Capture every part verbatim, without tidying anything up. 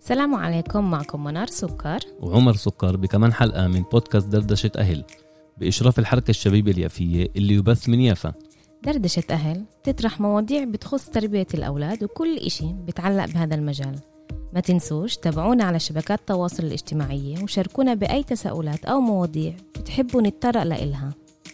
السلام عليكم، معكم منار سكر وعمر سكر بكمان حلقة من بودكاست دردشة أهل بإشراف الحركة الشبيبة اليافية اللي يبث من يافا. دردشة أهل تطرح مواضيع بتخص تربية الأولاد وكل إشي بتعلق بهذا المجال. ما تنسوش تابعونا على شبكات التواصل الاجتماعية وشاركونا بأي تساؤلات أو مواضيع بتحبوا نتطرق لإلها.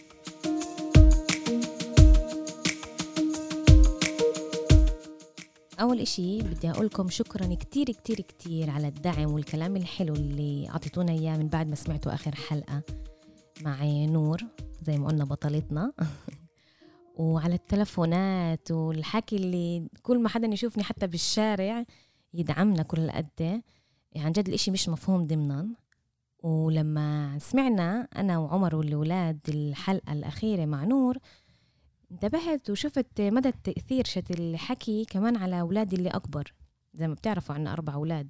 أول إشي بدي أقولكم شكراً كتير كتير كتير على الدعم والكلام الحلو اللي عطيتونا إياه من بعد ما سمعتوا آخر حلقة مع نور زي ما قلنا بطلتنا وعلى التلفونات والحكي اللي كل ما حدا يشوفني حتى بالشارع يدعمنا كل قد. عن جد الإشي مش مفهوم ضمنا. ولما سمعنا أنا وعمر والولاد الحلقة الأخيرة مع نور انتبهت وشفت مدى التأثير شت الحكي كمان على أولادي اللي أكبر. زي ما بتعرفوا عنا أربع أولاد.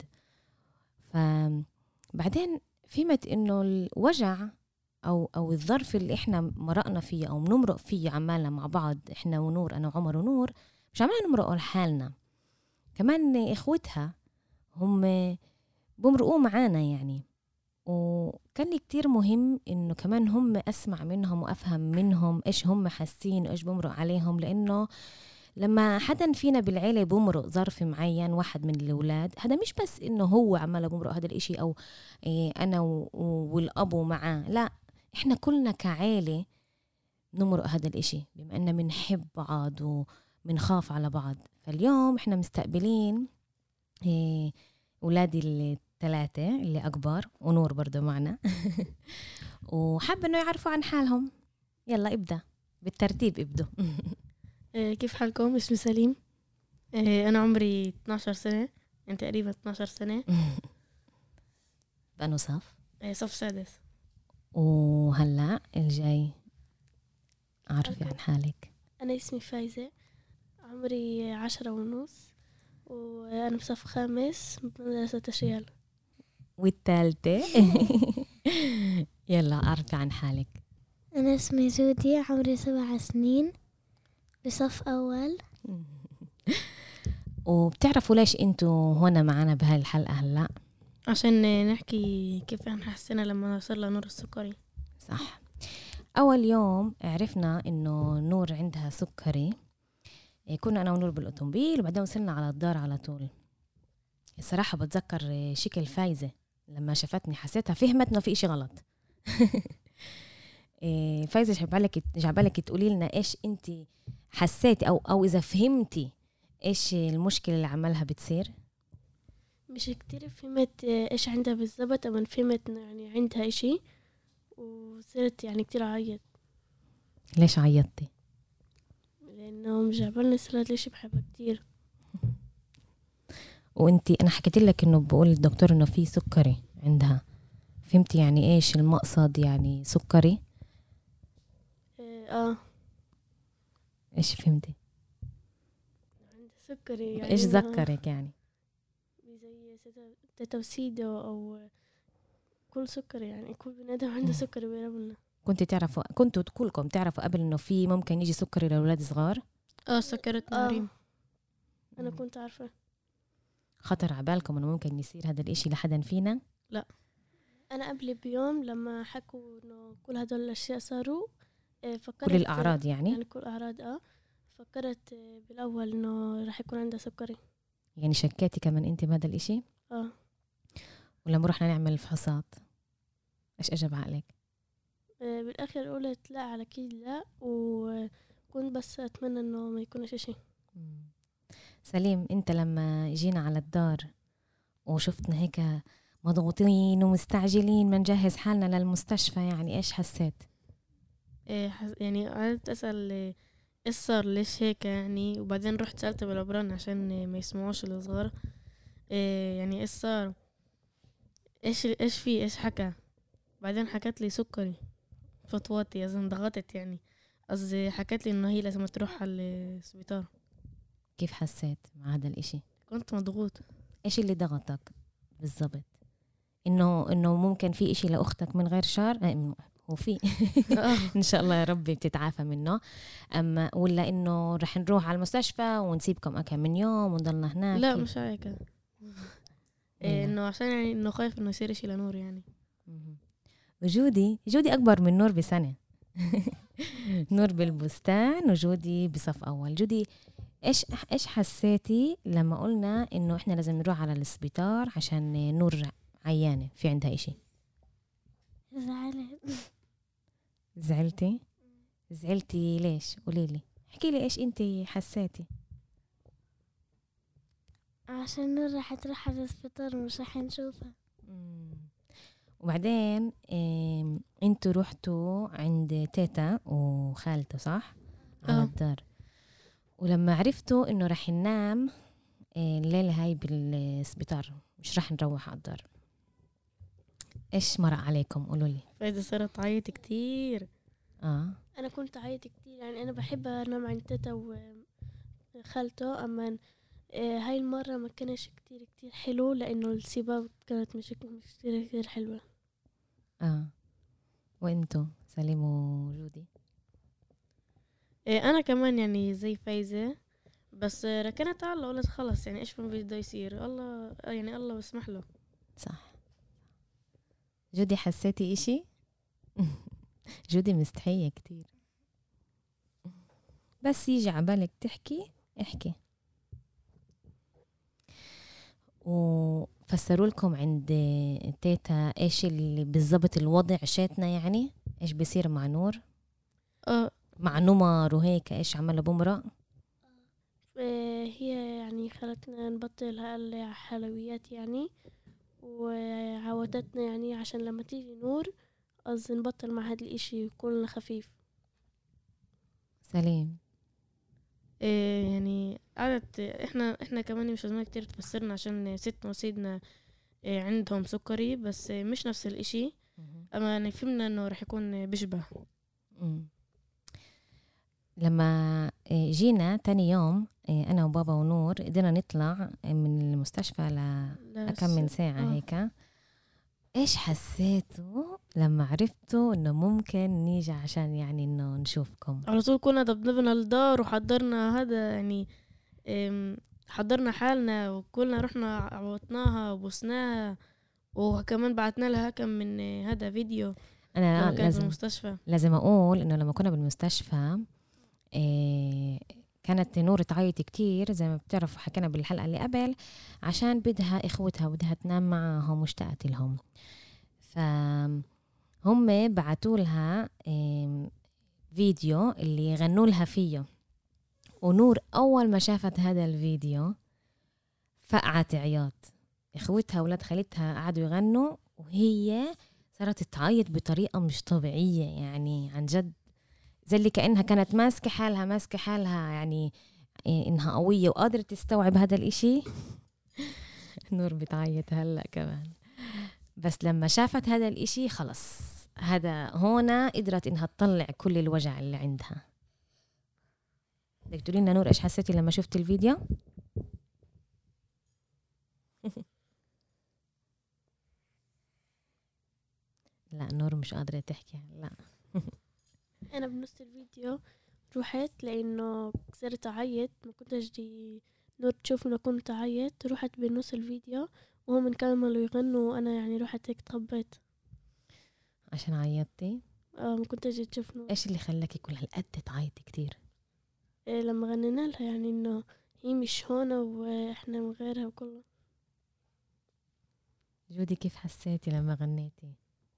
فبعدين فهمت إنه الوجع أو أو الظرف اللي إحنا مرقنا فيه أو بنمرق فيه عمالنا مع بعض إحنا ونور، أنا وعمر ونور، مش عمالنا نمرقوا لحالنا، كمان إخوتها هم بمرقوا معانا يعني. وكان لي كتير مهم إنه كمان هم أسمع منهم وأفهم منهم إيش هم حاسين وإيش بمرق عليهم، لأنه لما حدا فينا بالعيلة بمرق ظرف معين واحد من الأولاد، هذا مش بس إنه هو عماله بمرق هذا الإشي أو إيه أنا والأبو معاه، لا إحنا كلنا كعيلة نمرق هذا الإشي بما أننا منحب بعض ومنخاف على بعض. فاليوم إحنا مستقبلين إيه أولادي الثلاثة اللي أكبر ونور برضو معنا وحابة إنه يعرفوا عن حالهم. يلا ابدأ بالترتيب، ابدأ. كيف حالكم؟ اسمي سليم، أنا عمري اثناشر سنة، يعني تقريبا اثناشر سنة. بأنه صف؟ صف سادس. وهلأ الجاي عارفي عن حالك. أنا اسمي فايزة، عمري عشرة ونص، وأنا بصف خامس بمدرسة تشيال. والثالثة يلا عارفي عن حالك. أنا اسمي جودي، عمري سبع سنين بصف أول. وبتعرفوا ليش انتوا هنا معنا بهاي الحلقة هلأ؟ عشان نحكي كيف احنا حسينا لما صار لها نور السكري. صح. أول يوم عرفنا إنه نور عندها سكري كنا أنا ونور بالأوتومبيل وبعدين وصلنا على الدار على طول. الصراحة بتذكر شكل فايزة لما شفتني حسيتها فهمت إنه في إشي غلط. فايزة جعبالك جعبالك تقولي لنا إيش أنتي حسيتي أو أو إذا فهمتي إيش المشكلة اللي عملها بتصير. مش كتير فهمت إيش عندها بالضبط، أما فهمت يعني عندها إشي وصرت يعني كتير عيط. ليش عيطتي؟ لأنه مجعبلنا صارت ليش بحبها كتير. وانتي أنا حكيت لك إنه بقول الدكتور إنه في سكري عندها، فهمتي يعني إيش المقصد يعني سكري؟ آه إيش فهمتي؟ عندها سكري يعني إيش ذكرك يعني؟ زي تتوسيدو أو كل سكري، يعني كل بني آدم عنده سكري بيقربنا. كنت تعرفوا كنتوا كلكم تعرفوا قبل إنه في ممكن يجي سكري لأولاد صغار؟ آه سكرت مريم. آه. أنا كنت عارفة. خطر عبالكم إنه ممكن يصير هذا الإشي لحدا فينا؟ لا، أنا قبل بيوم لما حكوا إنه كل هدول الأشياء صاروا فكرت كل الأعراض يعني؟ يعني كل الأعراض آه فكرت بالأول إنه راح يكون عندها سكري. يعني شكيتي كمان أنت بهذا الإشي؟ آه. ولما رحنا نعمل الفحوصات إيش أجاب عقلك؟ آه بالآخر قلت لا، على كيد لا، وكنت بس أتمنى إنه ما يكونش شيء. سليم، أنت لما جينا على الدار وشفتنا هيك مضغوطين ومستعجلين ما نجهز حالنا للمستشفى، يعني إيش حسيت؟ إيه حس... يعني قعدت أسأل إيش صار ليش هيك يعني، وبعدين رحت سألت بالعبران عشان ما يسمعوش الصغار. إيه يعني إيش صار، إيش إيش في إيش حكى. بعدين حكت لي سكري فطواتي أظن ضغطت، يعني قصدي حكت لي إنه هي لازم تروح على السبيطار. كيف حسيت مع هذا الإشي؟ كنت مضغوط. إيش اللي ضغطك بالضبط؟ إنه إنه ممكن في إشي لأختك من غير شر هو في إن شاء الله يا ربي بتتعافى منه، أما ولا إنه رح نروح على المستشفى ونسيبكم أكم من يوم ونضلنا هناك؟ لا مش هيك. إيه انه عشان يعني انه خايف انه يصير اشي لنور يعني. مهم. وجودي جودي أكبر من نور بسنة. نور بالبستان وجودي بصف أول. جودي إيش إيش حسيتي لما قلنا إنه إحنا لازم نروح على الإسبيطار عشان نور عيانة في عندها إشي؟ زعلت. زعلتي؟ زعلتي ليش؟ قوليلي، احكي لي إيش أنتي حسيتي. عشان نور راح تروح على الفطار مش راح نشوفها. مم. وبعدين إيه انتوا رحتوا عند تيتا وخالته صح؟ على آه. الدار. ولما عرفتوا انه رح ننام إيه الليلة هاي بالسبيطار مش رح نروح على الدار، ايش مرق عليكم؟ قولوا لي. فاذا صارت تعيط كتير. اه انا كنت عيط كتير يعني انا بحب انام عند تيتا وخالته، اما آه، هاي المرة ما كانش كتير كتير حلو لانه السباب كانت مش مش كتير كتير حلوة. اه وانتوا سليم وجودي؟ إيه انا كمان يعني زي فايزة، بس ركنت على الله قلت خلص يعني ايش ما بده يصير الله يعني الله بسمح له. صح. جودي حسيتي اشي؟ جودي مستحية كتير، بس يجي عبالك تحكي احكي. وفسروا لكم عند تيتا ايش اللي بالضبط الوضع شاتنا يعني ايش بيصير مع نور اه مع نمر وهيك ايش عملها بمرأ؟ آه، هي يعني خلتنا نبطل هالحلويات يعني، وعودتنا يعني عشان لما تيجي نور قصدي نبطل مع هاد الاشي يكون خفيف. سليم. إيه يعني قعدت احنا احنا كمان مش لازم كتير تفسرنا عشان ست وسيدنا إيه عندهم سكري بس مش نفس الاشي، اما يعني فهمنا انه رح يكون بيشبه. مم. لما جينا تاني يوم أنا وبابا ونور قدرنا نطلع من المستشفى لكم من ساعة آه. هيك، إيش حسيتوا لما عرفتوا إنه ممكن نيجي عشان يعني إنه نشوفكم؟ على طول كنا دبدبنا الدار وحضرنا هذا يعني إم، حضرنا حالنا وكلنا رحنا عوضناها وبوسناها وكمان بعتنا لها كم من هذا فيديو أنا لما كانت لازم بالمستشفى. لازم أقول إنه لما كنا بالمستشفى إيه كانت نور تعيط كتير زي ما بتعرفوا حكينا بالحلقة اللي قبل عشان بدها إخوتها ودها تنام معهم واشتقت لهم، فهم بعتوا لها إيه فيديو اللي غنوا لها فيه، ونور أول ما شافت هذا الفيديو فقعت عياط. إخوتها ولاد خالتها قعدوا يغنوا وهي صارت تعيط بطريقة مش طبيعية يعني عن جد، زي اللي كأنها كانت ماسكة حالها ماسكة حالها يعني إيه إنها قوية وقادرة تستوعب هذا الإشي. نور بتعيط هلأ كمان، بس لما شافت هذا الإشي خلص هذا هنا قدرت إنها تطلع كل الوجع اللي عندها. بدك تقولي لنا نور إيش حسيتي لما شفت الفيديو؟ لا نور مش قادرة تحكي. لا انا بنص الفيديو رحت لانه صرت اعيط ما كنتش دي نور تشوف انه كنت اعيط، رحت بنص الفيديو وهم كملوا يغنوا وانا يعني رحت هيك طبيت عشان عيطتي؟ اه ما كنتش تشوف نور. إيش اللي خلاكي كل هالقد تعيطي كتير؟ إيه لما غنينا لها يعني انه هي مش هنا واحنا من غيرها وكله. جودي كيف حسيتي لما غنيتي؟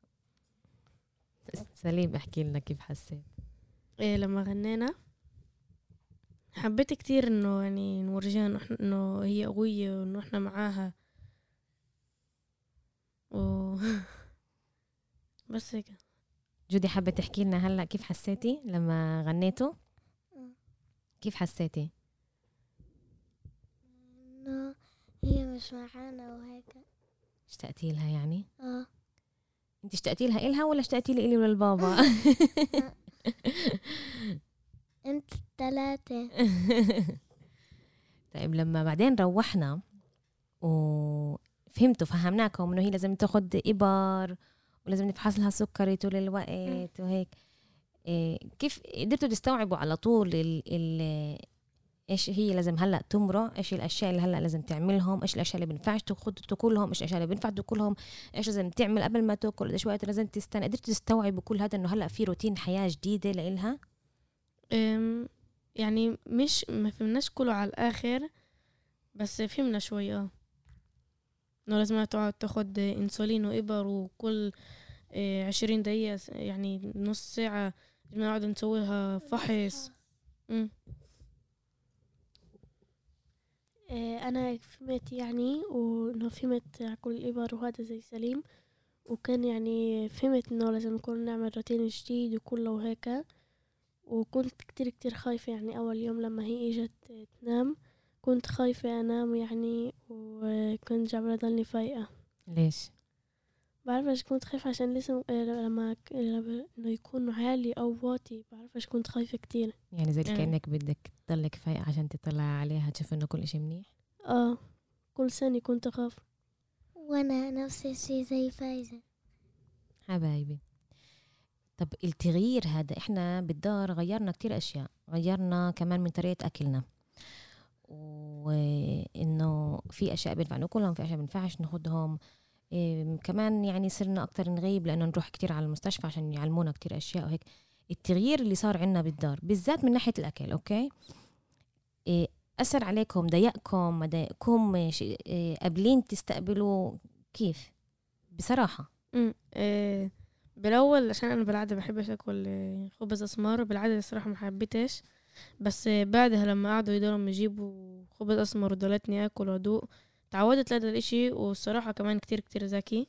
سليم احكي لنا كيف حسيت. إيه لما غنينا حبيت كتير انه يعني نورجيها انه إحنا- انه هي قوية وانه احنا معاها و بس هيك. جودي حابة تحكي لنا هلا كيف حسيتي لما غنيتوا؟ كيف حسيتي؟ إنه هي مش معانا وهيك. اشتقتي لها يعني؟ اه انت اشتقتي لها إلها ولا اشتقتي لي إلي ولا البابا؟ انت ثلاثة. طيب لما بعدين روحنا وفهمتوا فهمناكم انه هي لازم تاخد إبر ولازم نفحص لها سكري طول الوقت وهيك، إيه كيف قدرتوا تستوعبوا على طول ال ال ايش هي لازم هلا تمرق، ايش الاشياء اللي هلا لازم تعملهم، ايش الاشياء اللي بينفعش تاخذ تاكلهم، ايش الاشياء اللي بينفع تاكلهم، ايش لازم تعمل قبل ما تاكل، قديش وقت لازم تستنى. قدرت تستوعب كل هذا انه هلا في روتين حياه جديده لإلها؟ أم، يعني مش ما فهمناش كله على الاخر، بس فهمنا شويه اه انه لازم تقعد تاخد انسولين وابر، وكل آه، عشرين دقيقه س- يعني نص ساعه بنقعد نسويها فحص. مم. آه، انا فهمت يعني، وانه فهمت على كل الابر وهذا زي سليم، وكان يعني فهمت انه لازم نكون نعمل روتين جديد وكله وهيك. وكنت كتير كتير خايفة يعني اول يوم لما هي اجت تنام، كنت خايفة انام يعني، وكنت جعبالة ضلني فايقة. ليش؟ بعرفش كنت خايفة عشان لسه آه، لما ك- لما- انه يكون عالي او واطي، بعرفش كنت خايفة كتير. يعني زي يعني. كأنك بدك تضلك فايقة عشان تطلع عليها تشوف انه كل اشي منيح. اه كل سنة كنت اخاف. وانا نفس الشي زي فايزة. حبايبي، طب التغيير هذا احنا بالدار غيرنا كتير اشياء، غيرنا كمان من طريقة اكلنا، وانه في اشياء بينفع ناكلهم، في اشياء بينفعش ناخدهم. إيه كمان يعني صرنا اكتر نغيب لانه نروح كتير على المستشفى عشان يعلمونا كتير اشياء وهيك. التغيير اللي صار عنا بالدار بالذات من ناحية الاكل، اوكي، إيه اثر عليكم؟ ضايقكم؟ ما ضايقكم؟ إيه قابلين تستقبلوا كيف بصراحة؟ امم آه بالاول عشان انا بالعاده بحبش اكل آه، خبز اسمر، بالعاده الصراحه ما حبيتش، بس آه، بعدها لما قعدوا يدورهم يجيبوا خبز اسمر ودولتني اكل وادوق، تعودت لهذا الاشي، والصراحه كمان كتير كتير ذكي.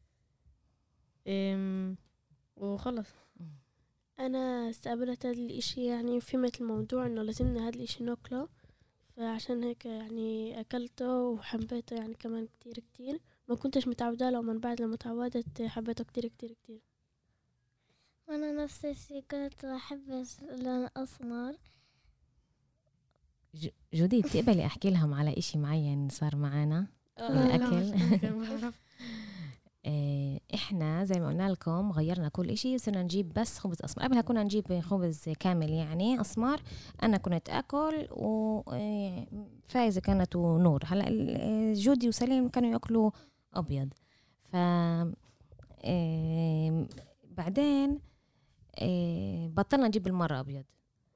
أم، وخلص. انا استقبلت هذا الاشي يعني، فهمت الموضوع انه لازمنا هذا الاشي ناكله، فعشان هيك يعني اكلته وحبيته يعني كمان كتير كتير. ما كنتش متعودة له، من بعد لما تعودت حبيته كتير كتير كتير. وانا نفس الشي كنت بحب اللون الاسمر. ج- جودي بتقبلي احكي لهم على اشي معين صار معنا بالأكل؟ آه، احنا زي ما قلنا لكم غيرنا كل اشي، صرنا نجيب بس خبز اسمر. قبلها كنا نجيب خبز كامل يعني اسمر، انا كنت اكل وفايزة كانت ونور. هلا ال- جودي وسليم كانوا ياكلوا ابيض. ف آه، بعدين آه، بطلنا نجيب المرة ابيض.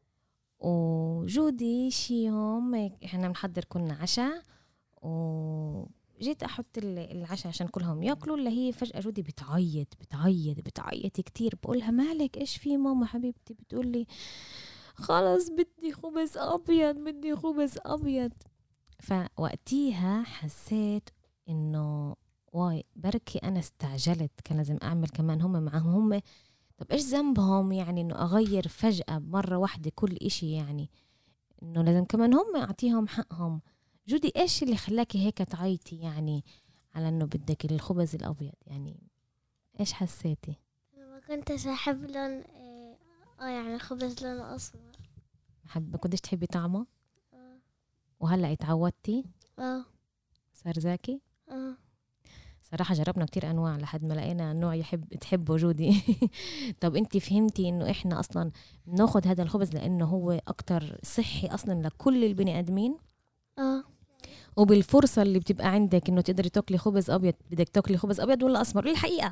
وجودي شي يوم احنا بنحضر كنا عشاء، وجيت احط ال- العشاء عشان كلهم ياكلوا، اللي هي فجأة جودي بتعيط بتعيط بتعيط كتير. بقولها مالك ايش في ماما حبيبتي؟ بتقولي خلص بدي خبز ابيض بدي خبز ابيض. فوقتيها حسيت انه واي بركي انا استعجلت، كان لازم اعمل كمان هم معهم. هم طب ايش ذنبهم يعني انه اغير فجأة مرة واحدة كل اشي؟ يعني انه لازم كمان هم اعطيهم حقهم. جودي ايش اللي خلاكي هيك تعيطي يعني على انه بدك الخبز الابيض؟ يعني ايش حسيتي؟ ما كنتش احب لون اه آه، يعني الخبز لونه اسمر. حب ما كنتش تحبي طعمه؟ اه وهلا اتعودتي اه صار زاكي؟ اه صراحة جربنا كتير أنواع لحد ما لقينا نوع يحب تحبه جودي. طب أنتي فهمتي إنه إحنا أصلا بناخد هذا الخبز لأنه هو أكتر صحي أصلا لكل البني آدمين، اه وبالفرصة اللي بتبقى عندك إنه تقدري تاكلي خبز أبيض بدك تاكلي خبز أبيض ولا أسمر؟ الحقيقة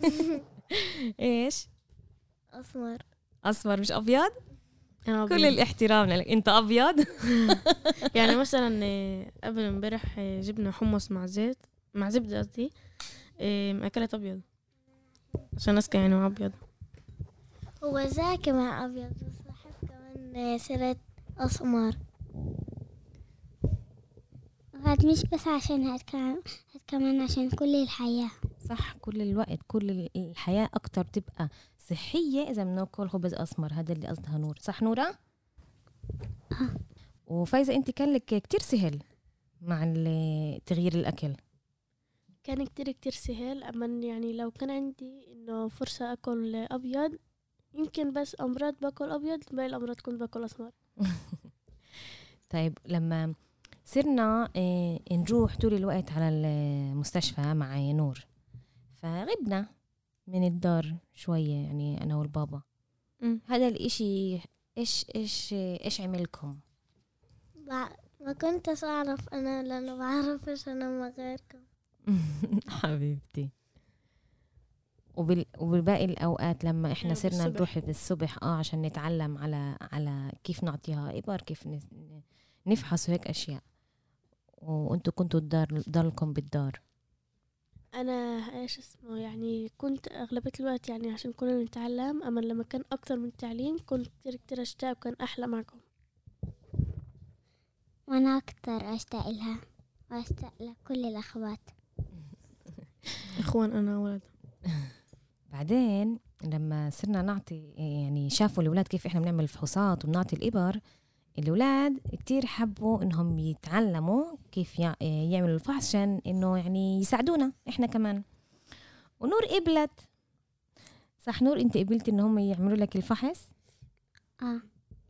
إيش؟ اسمر. أسمر مش أبيض؟ أنا كل أبيض. الاحترام لك، أنت أبيض. يعني مثلا آه، قبل امبارح آه، جبنا حمص مع زيت مع زبدة قصدي، آه، أكلت أبيض عشان أسكى يعني أبيض. هو زاكي مع ابيض، بس بحب كمان سيرة اسمر. هاد مش بس عشان هاد كمان هاد كمان عشان كل الحياة. صح، كل الوقت كل الحياة أكتر تبقى صحية إذا بناكل خبز أسمر. هذا اللي قصدها نور، صح نورة؟ وفايزة أنت كان لك كتير سهل مع ال- تغيير الأكل. كان كتير كتير سهل، أما يعني لو كان عندي إنه فرصة أكل أبيض، يمكن بس أمراض باكل أبيض، باقي الأمراض كنت باكل أسمر. طيب لما صرنا آه، نروح طول الوقت على المستشفى مع نور، فغبنا من الدار شوية يعني أنا والبابا. مم. هذا الإشي إيش إيش إيش عملكم؟ بع... ما كنتش أعرف أنا لأنه بعرفش أنا ما غيركم. حبيبتي. وبال... وبالباقي الأوقات لما إحنا يعني صرنا بالصبح. نروح بالصبح آه عشان نتعلم على على كيف نعطيها إبر، كيف ن... نفحص هيك أشياء، وأنتوا كنتوا الدار ضلكم بالدار. انا ايش اسمه يعني كنت اغلبيه الوقت يعني عشان كنا نتعلم، اما لما كان اكتر من تعليم كنت كتير كتير اشتاق وكان احلى معكم. وأنا أكتر أشتاق لها وأشتاق لكل الأخوات. اخوان انا ولد. بعدين لما صرنا نعطي يعني شافوا الأولاد كيف إحنا بنعمل الفحوصات وبنعطي الإبر، الأولاد كتير حبوا إنهم يتعلموا كيف يع- يعملوا الفحص عشان إنه يعني يساعدونا إحنا كمان. ونور قبلت. صح نور، أنت قبلت إنهم يعملوا لك الفحص؟ آه.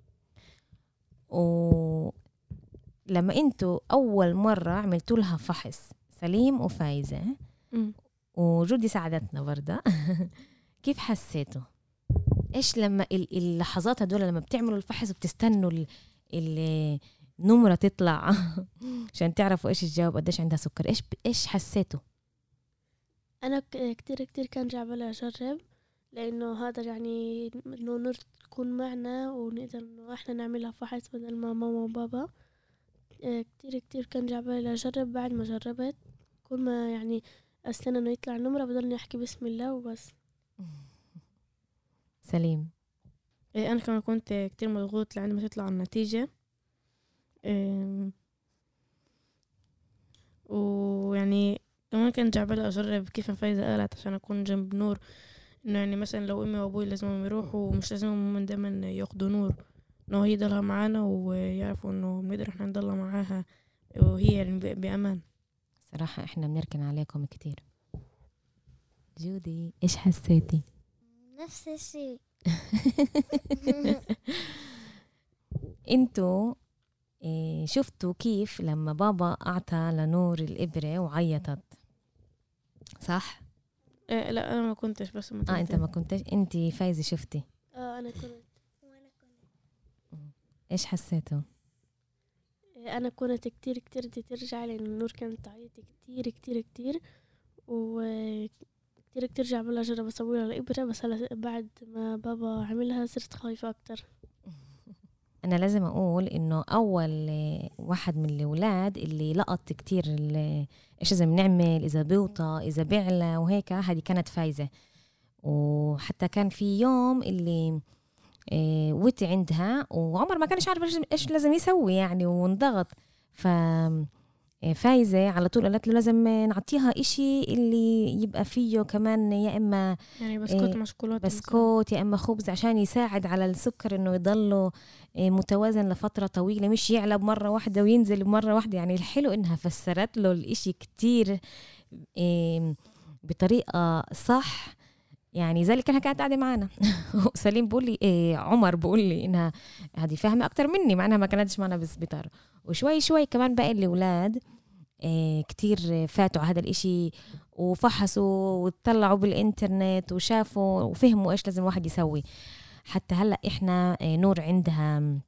ولما أنتوا أول مرة عملتوا لها فحص، سليم وفايزة أمم. وجودي ساعدتنا برضه كيف حسيتوا؟ إيش لما ال- اللحظات هدول لما بتعملوا الفحص وبتستنوا ال- ال- النمرة تطلع عشان تعرفوا إيش الجواب قديش عندها سكر، إيش إيش حسيتوا؟ انا ك- كتير كتير كان جعبالي اجرب، لانه هذا يعني انه نور تكون معنا ونقدر انه احنا نعملها فحص بدل ما ماما وبابا. آه، كتير كتير كان جعبالي اجرب. بعد ما جربت كل ما يعني استنى انه يطلع النمرة بضلني احكي بسم الله وبس. سليم. إيه انا كمان كنت كتير مضغوط لعند ما تطلع النتيجة. إيه ويعني كمان كان جعبالي اجرب كيف فايزة قالت عشان اكون جنب نور، انه يعني مثلا لو امي وابوي لازم يروحوا ومش لازم هم دايما ياخدوا نور، انه هي ضلها معانا ويعرفوا انه بنقدر احنا نضلها معاها وهي يعني ب- بامان. صراحة إحنا بنركن عليكم كتير. جودي إيش حسيتي؟ نفس الشيء. انتوا إيه شفتوا كيف لما بابا أعطى لنور الإبرة وعيطت، صح؟ إيه لا انا ما كنتش بس ما آه أنت ما كنتش، أنت فايزة شفتي. اه انا كنت وأنا كنت إيش حسيتوا؟ انا كنت كتير كتير بدي ترجع لان النور كانت تعيط كتير كتير كتير وكتير كتير جعبالي اجرب اسوي لها الابره، بس هلا بعد ما بابا عملها صرت خايفه اكتر. أنا لازم أقول إنه أول آه، واحد من الأولاد اللي لقط كتير ال- إيش لازم نعمل إذا بيوطى إذا بيعلى وهيك، هذه كانت فايزة. وحتى كان في يوم اللي إيه وتي عندها وعمر ما كانش عارف إيش- إيش لازم يسوي يعني وانضغط. ف إيه فايزة على طول قالت له لازم نعطيها إشي اللي يبقى فيه كمان يا إما يعني بسكوت إيه مع شوكولاته مثلاً. بسكوت يا إما خبز عشان يساعد على السكر إنه يضله إيه متوازن لفترة طويلة، مش يعلى بمرة واحدة وينزل بمرة واحدة. يعني الحلو إنها فسرت له الإشي كتير إيه بطريقة صح. يعني زي اللي كانت قاعدة قاعدة معنا سليم بقول لي إيه عمر بقول لي إنها هذه فاهمة أكتر مني مع إنها ما كانتش معنا بالسبيطار. وشوي شوي كمان باقي الأولاد إيه كتير فاتوا على هذا الإشي وفحصوا وطلعوا بالإنترنت وشافوا وفهموا إيش لازم الواحد يسوي. حتى هلأ إحنا إيه نور عندها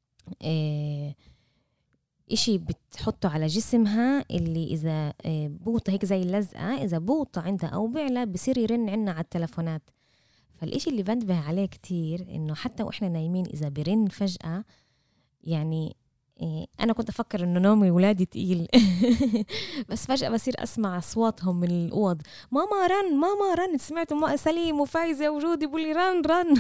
إيه إشي بتحطه على جسمها اللي إذا إيه بوطة هيك زي اللزقة، إذا بوطة عندها أو بعلى بصير يرن عنا على التلفونات. فالإشي اللي بنتبه عليه كتير إنه حتى وإحنا نايمين إذا برن فجأة، يعني إيه أنا كنت أفكر إنه نومي ولادي تقيل بس فجأة بصير أسمع أصواتهم من الأوض، ماما رن ماما رن، سمعت ما سليم وفايزة وجودي بقولي رن رن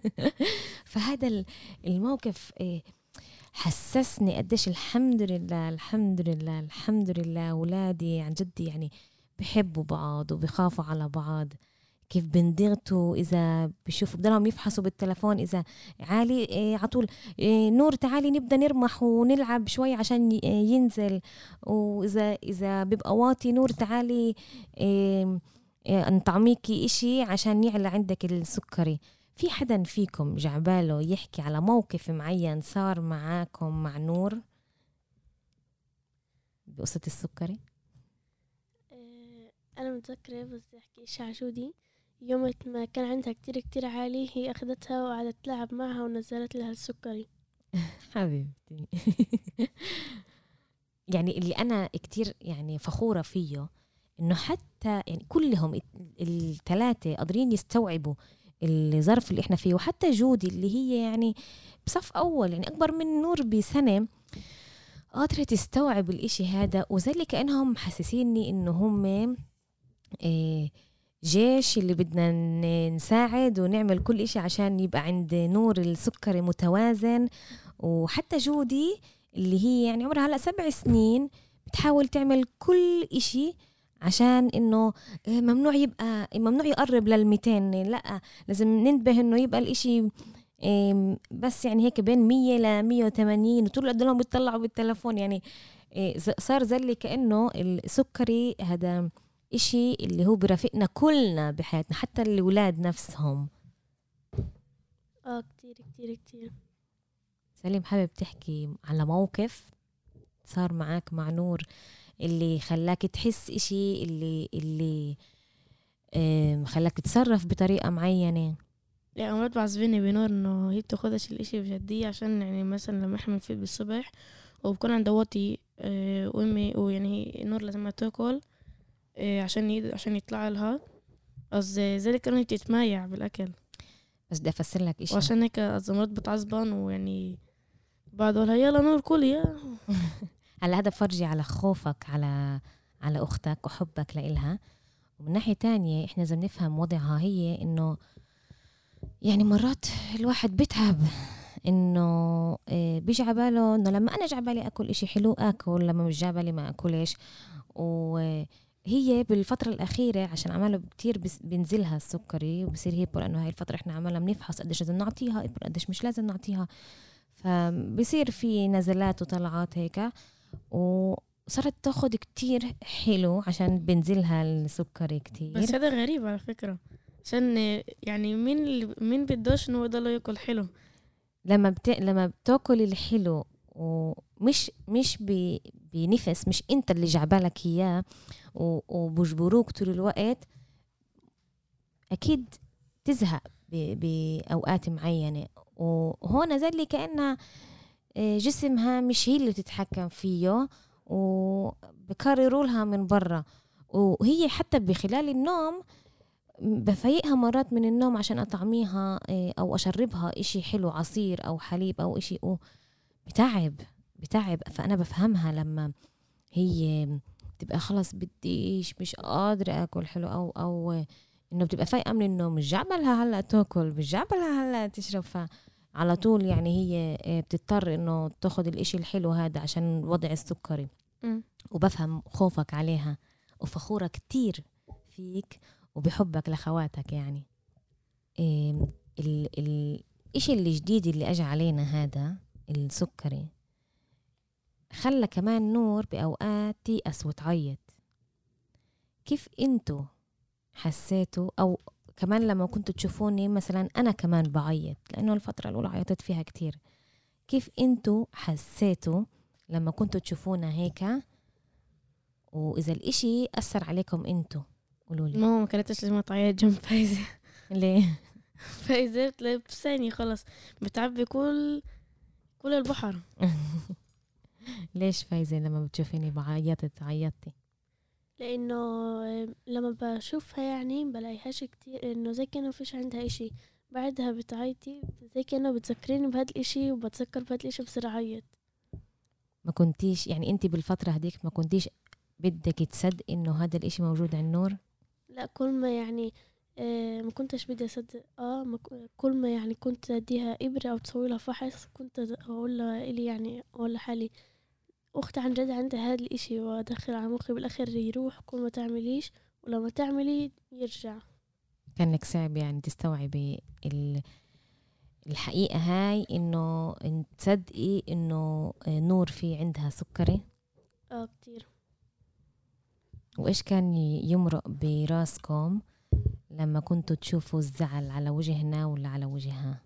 فهذا الموقف إيه حسسني قديش الحمد لله الحمد لله الحمد لله ولادي عن جد يعني بحبوا بعض وبيخافوا على بعض. كيف بنضغطوا إذا بيشوفوا بدلهم يفحصوا بالتلفون إذا عالي إيه عطول إيه نور تعالي نبدأ نرمح ونلعب شوي عشان ي- إيه ينزل، وإذا إذا بيبقى واطي نور تعالي إيه إيه نطعميكي إشي عشان يعلى عندك السكري. في حدا فيكم جعباله يحكي على موقف معين صار معاكم مع نور بقصة السكري؟ آه، انا متذكره بس بدي احكي إشي على جودي. يوم ما كان عندها كتير كتير عالي هي اخذتها وقعدت تلعب معها ونزلت لها السكري. حبيبتي. يعني اللي أنا كتير يعني فخورة فيه إنه حتى يعني كلهم الثلاثة قادرين يستوعبوا الظرف اللي إحنا فيه. وحتى جودي اللي هي يعني بصف أول يعني أكبر من نور بسنة قادرة تستوعب الإشي هذا، وزي اللي كأنهم محسسيني إنه هم إيه جيش اللي بدنا نساعد ونعمل كل إشي عشان يبقى عند نور السكري متوازن. وحتى جودي اللي هي يعني عمرها هلأ سبع سنين بتحاول تعمل كل إشي عشان إنه ممنوع يبقى ممنوع يقرب للميتين، لا لازم ننتبه إنه يبقى الإشي بس يعني هيك بين مية لمية وثمانين، وطول قدامهم بيطلعوا بالتلفون. يعني صار زي اللي كأنه السكري هذا إشي اللي هو برافقنا كلنا بحياتنا، حتى الأولاد نفسهم. اه كتير كتير كتير. سليم، حابب تحكي على موقف صار معك مع نور اللي خلاك تحس إشي اللي اللي خلاك تتصرف بطريقة معينة؟ يعني مرات بعصبني بنور انه هي بتاخدش الاشي بجدية، عشان يعني مثلا لما احنا بنفيق بالصبح وبكون عند وطي اه وامي ويعني نور لازم تاكل اه عشان يد... عشان يطلع لها، قصد ذلك كانوا بتتمايع بالاكل. بس بدي افسر لك إشي، وعشان هيك مرات بتعصبن ويعني بعد اقولها يلا نور كلي يا هلا هذا فرجي على خوفك على على اختك وحبك لإلها. ومن ناحية تانية احنا لازم نفهم وضعها هي، انه يعني مرات الواحد بيتعب انه بيجي عباله انه لما انا جعبالي اكل اشي حلو اكل، لما مش جعبالي ما اكلش. وهي بالفترة الاخيرة عشان عماله كتير بينزلها السكري وبصير هيبو، لانه هاي الفترة احنا عماله بنفحص قديش لازم نعطيها قديش مش لازم نعطيها، فبصير في نزلات وطلعات هيك. وصارت تاخد كتير حلو عشان بنزلها السكري كتير. بس هذا غريب على فكرة، عشان يعني مين مين بدوش انه يضل ياكل حلو؟ لما بت... لما بتاكل الحلو ومش مش ب... بنفس، مش انت اللي جعبالك اياه و... وبجبروك طول الوقت، اكيد تزهق ب... باوقات معينه. وهون زي اللي كأنها جسمها مش هي اللي تتحكم فيه، وبكرروا لها من برا. وهي حتى بخلال النوم بفيقها مرات من النوم عشان أطعميها أو أشربها إشي حلو، عصير أو حليب أو إشي، بتعب بتعب. فأنا بفهمها لما هي بتبقى خلاص بديش مش قادرة أكل حلو، أو أو إنه بتبقى فايقة من النوم، مش جعبلها هلأ تاكل، مش جعبلها هلأ تشرب، فعلى طول يعني هي بتضطر إنه تاخد الإشي الحلو هذا عشان وضع السكري. م. وبفهم خوفك عليها وفخورة كتير فيك وبحبك لخواتك. يعني إيه ال ال الإشي اللي جديد اللي أجى علينا هذا السكري خلى كمان نور بأوقات تيأس وتعيط. كيف انتو حسيتوا؟ أو كمان لما كنتوا تشوفوني مثلا أنا كمان بعيط، لأنه الفترة الأولى عيطت فيها كتير، كيف انتو حسيتوا لما كنتوا تشوفونا هيك؟ وإذا الإشي أثر عليكم انتو قولوا لي. ماما ما كانتش لازم تعيط جنب فايزة. ليه؟ فايزة بتلاقي بثانية خلص بتعبي كل كل البحر. ليش فايزة لما بتشوفيني بعيطت عيطتي؟ لانه لما بشوفها يعني بلاقيهاش كتير، انه زي كأنه فيش عندها اشي، بعدها بتعيطي زي كأنه بتذكريني بهذا الاشي وبتذكر بهذا الاشي بصير اعيط. ما كنتيش يعني انتي بالفترة هديك ما كنتيش بدك تصدق انه هذا الاشي موجود عند نور؟ لا كل ما يعني آه ما كنتش بدي اصدق. اه ما ك- كل ما يعني كنت اديها ابره او تسوي لها فحص كنت اقول لها الي يعني اقول لحالي اختي عن جد عندها هذا الاشي، وادخل على مخي بالاخر يروح كل ما تعمليش، ولما تعملي يرجع. كانك صعب يعني تستوعبي ال- الحقيقة هاي انه إن تصدقي انه نور في عندها سكري؟ اه كتير. وايش كان يمرق براسكم لما كنتوا تشوفوا الزعل على وجهنا ولا على وجهها؟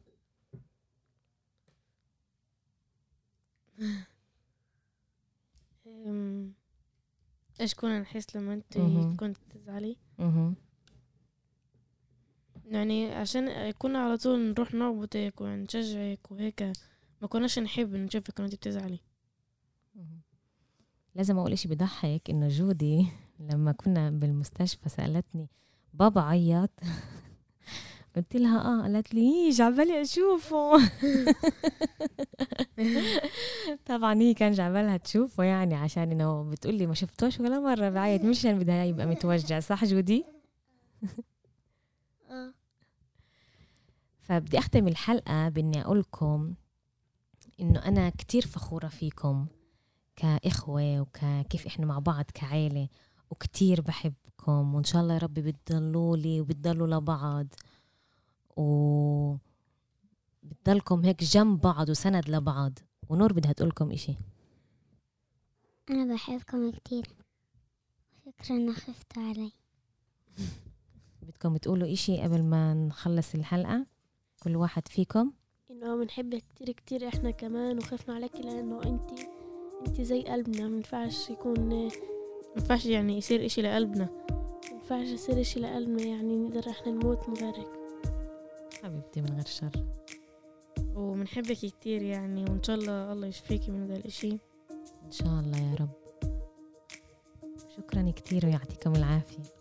أم، ايش كنا نحس لما انت مهم. كنت تزعلي؟ اها يعني عشان كنا على طول نروح نربطك ونشجعك وهيك، ما كناش نحب نشوفك كنتي بتزعلي. لازم اقول اشي بضحك انه جودي لما كنا بالمستشفى سألتني بابا عيط قلت لها اه، قالت لي ايش عبالي اشوفه. طبعا هي كان جعبالها تشوفه يعني عشان انه بتقولي ما شفتوش ولا مرة بعيط، مش عشان بدها يبقى متوجع. صح جودي؟ اه فبدي اختم الحلقة باني اقول لكم انه انا كتير فخورة فيكم كإخوة وكيف احنا مع بعض كعائلة، وكتير بحبكم، وان شاء الله يا ربي بتضلوا لي وبتضلوا لبعض و بتضلكم هيك جنب بعض وسند لبعض. ونور بدها تقول لكم إشي. أنا بحبكم كتير، شكرا إن خفتوا علي. بدكم تقولوا إشي قبل ما نخلص الحلقة كل واحد فيكم؟ إنه بنحبك كتير كتير إحنا كمان، وخفنا عليك لأنه أنت أنت زي قلبنا، منفعش يكون منفعش يعني يصير إشي لقلبنا، منفعش يصير إشي لقلبنا، يعني نقدر إحنا نموت من غيرك. حبيبتي من غير شر. ومنحبك كتير يعني، وإن شاء الله الله يشفيكي من هذا الإشي إن شاء الله يا رب. شكرا كتير ويعطيكم العافية.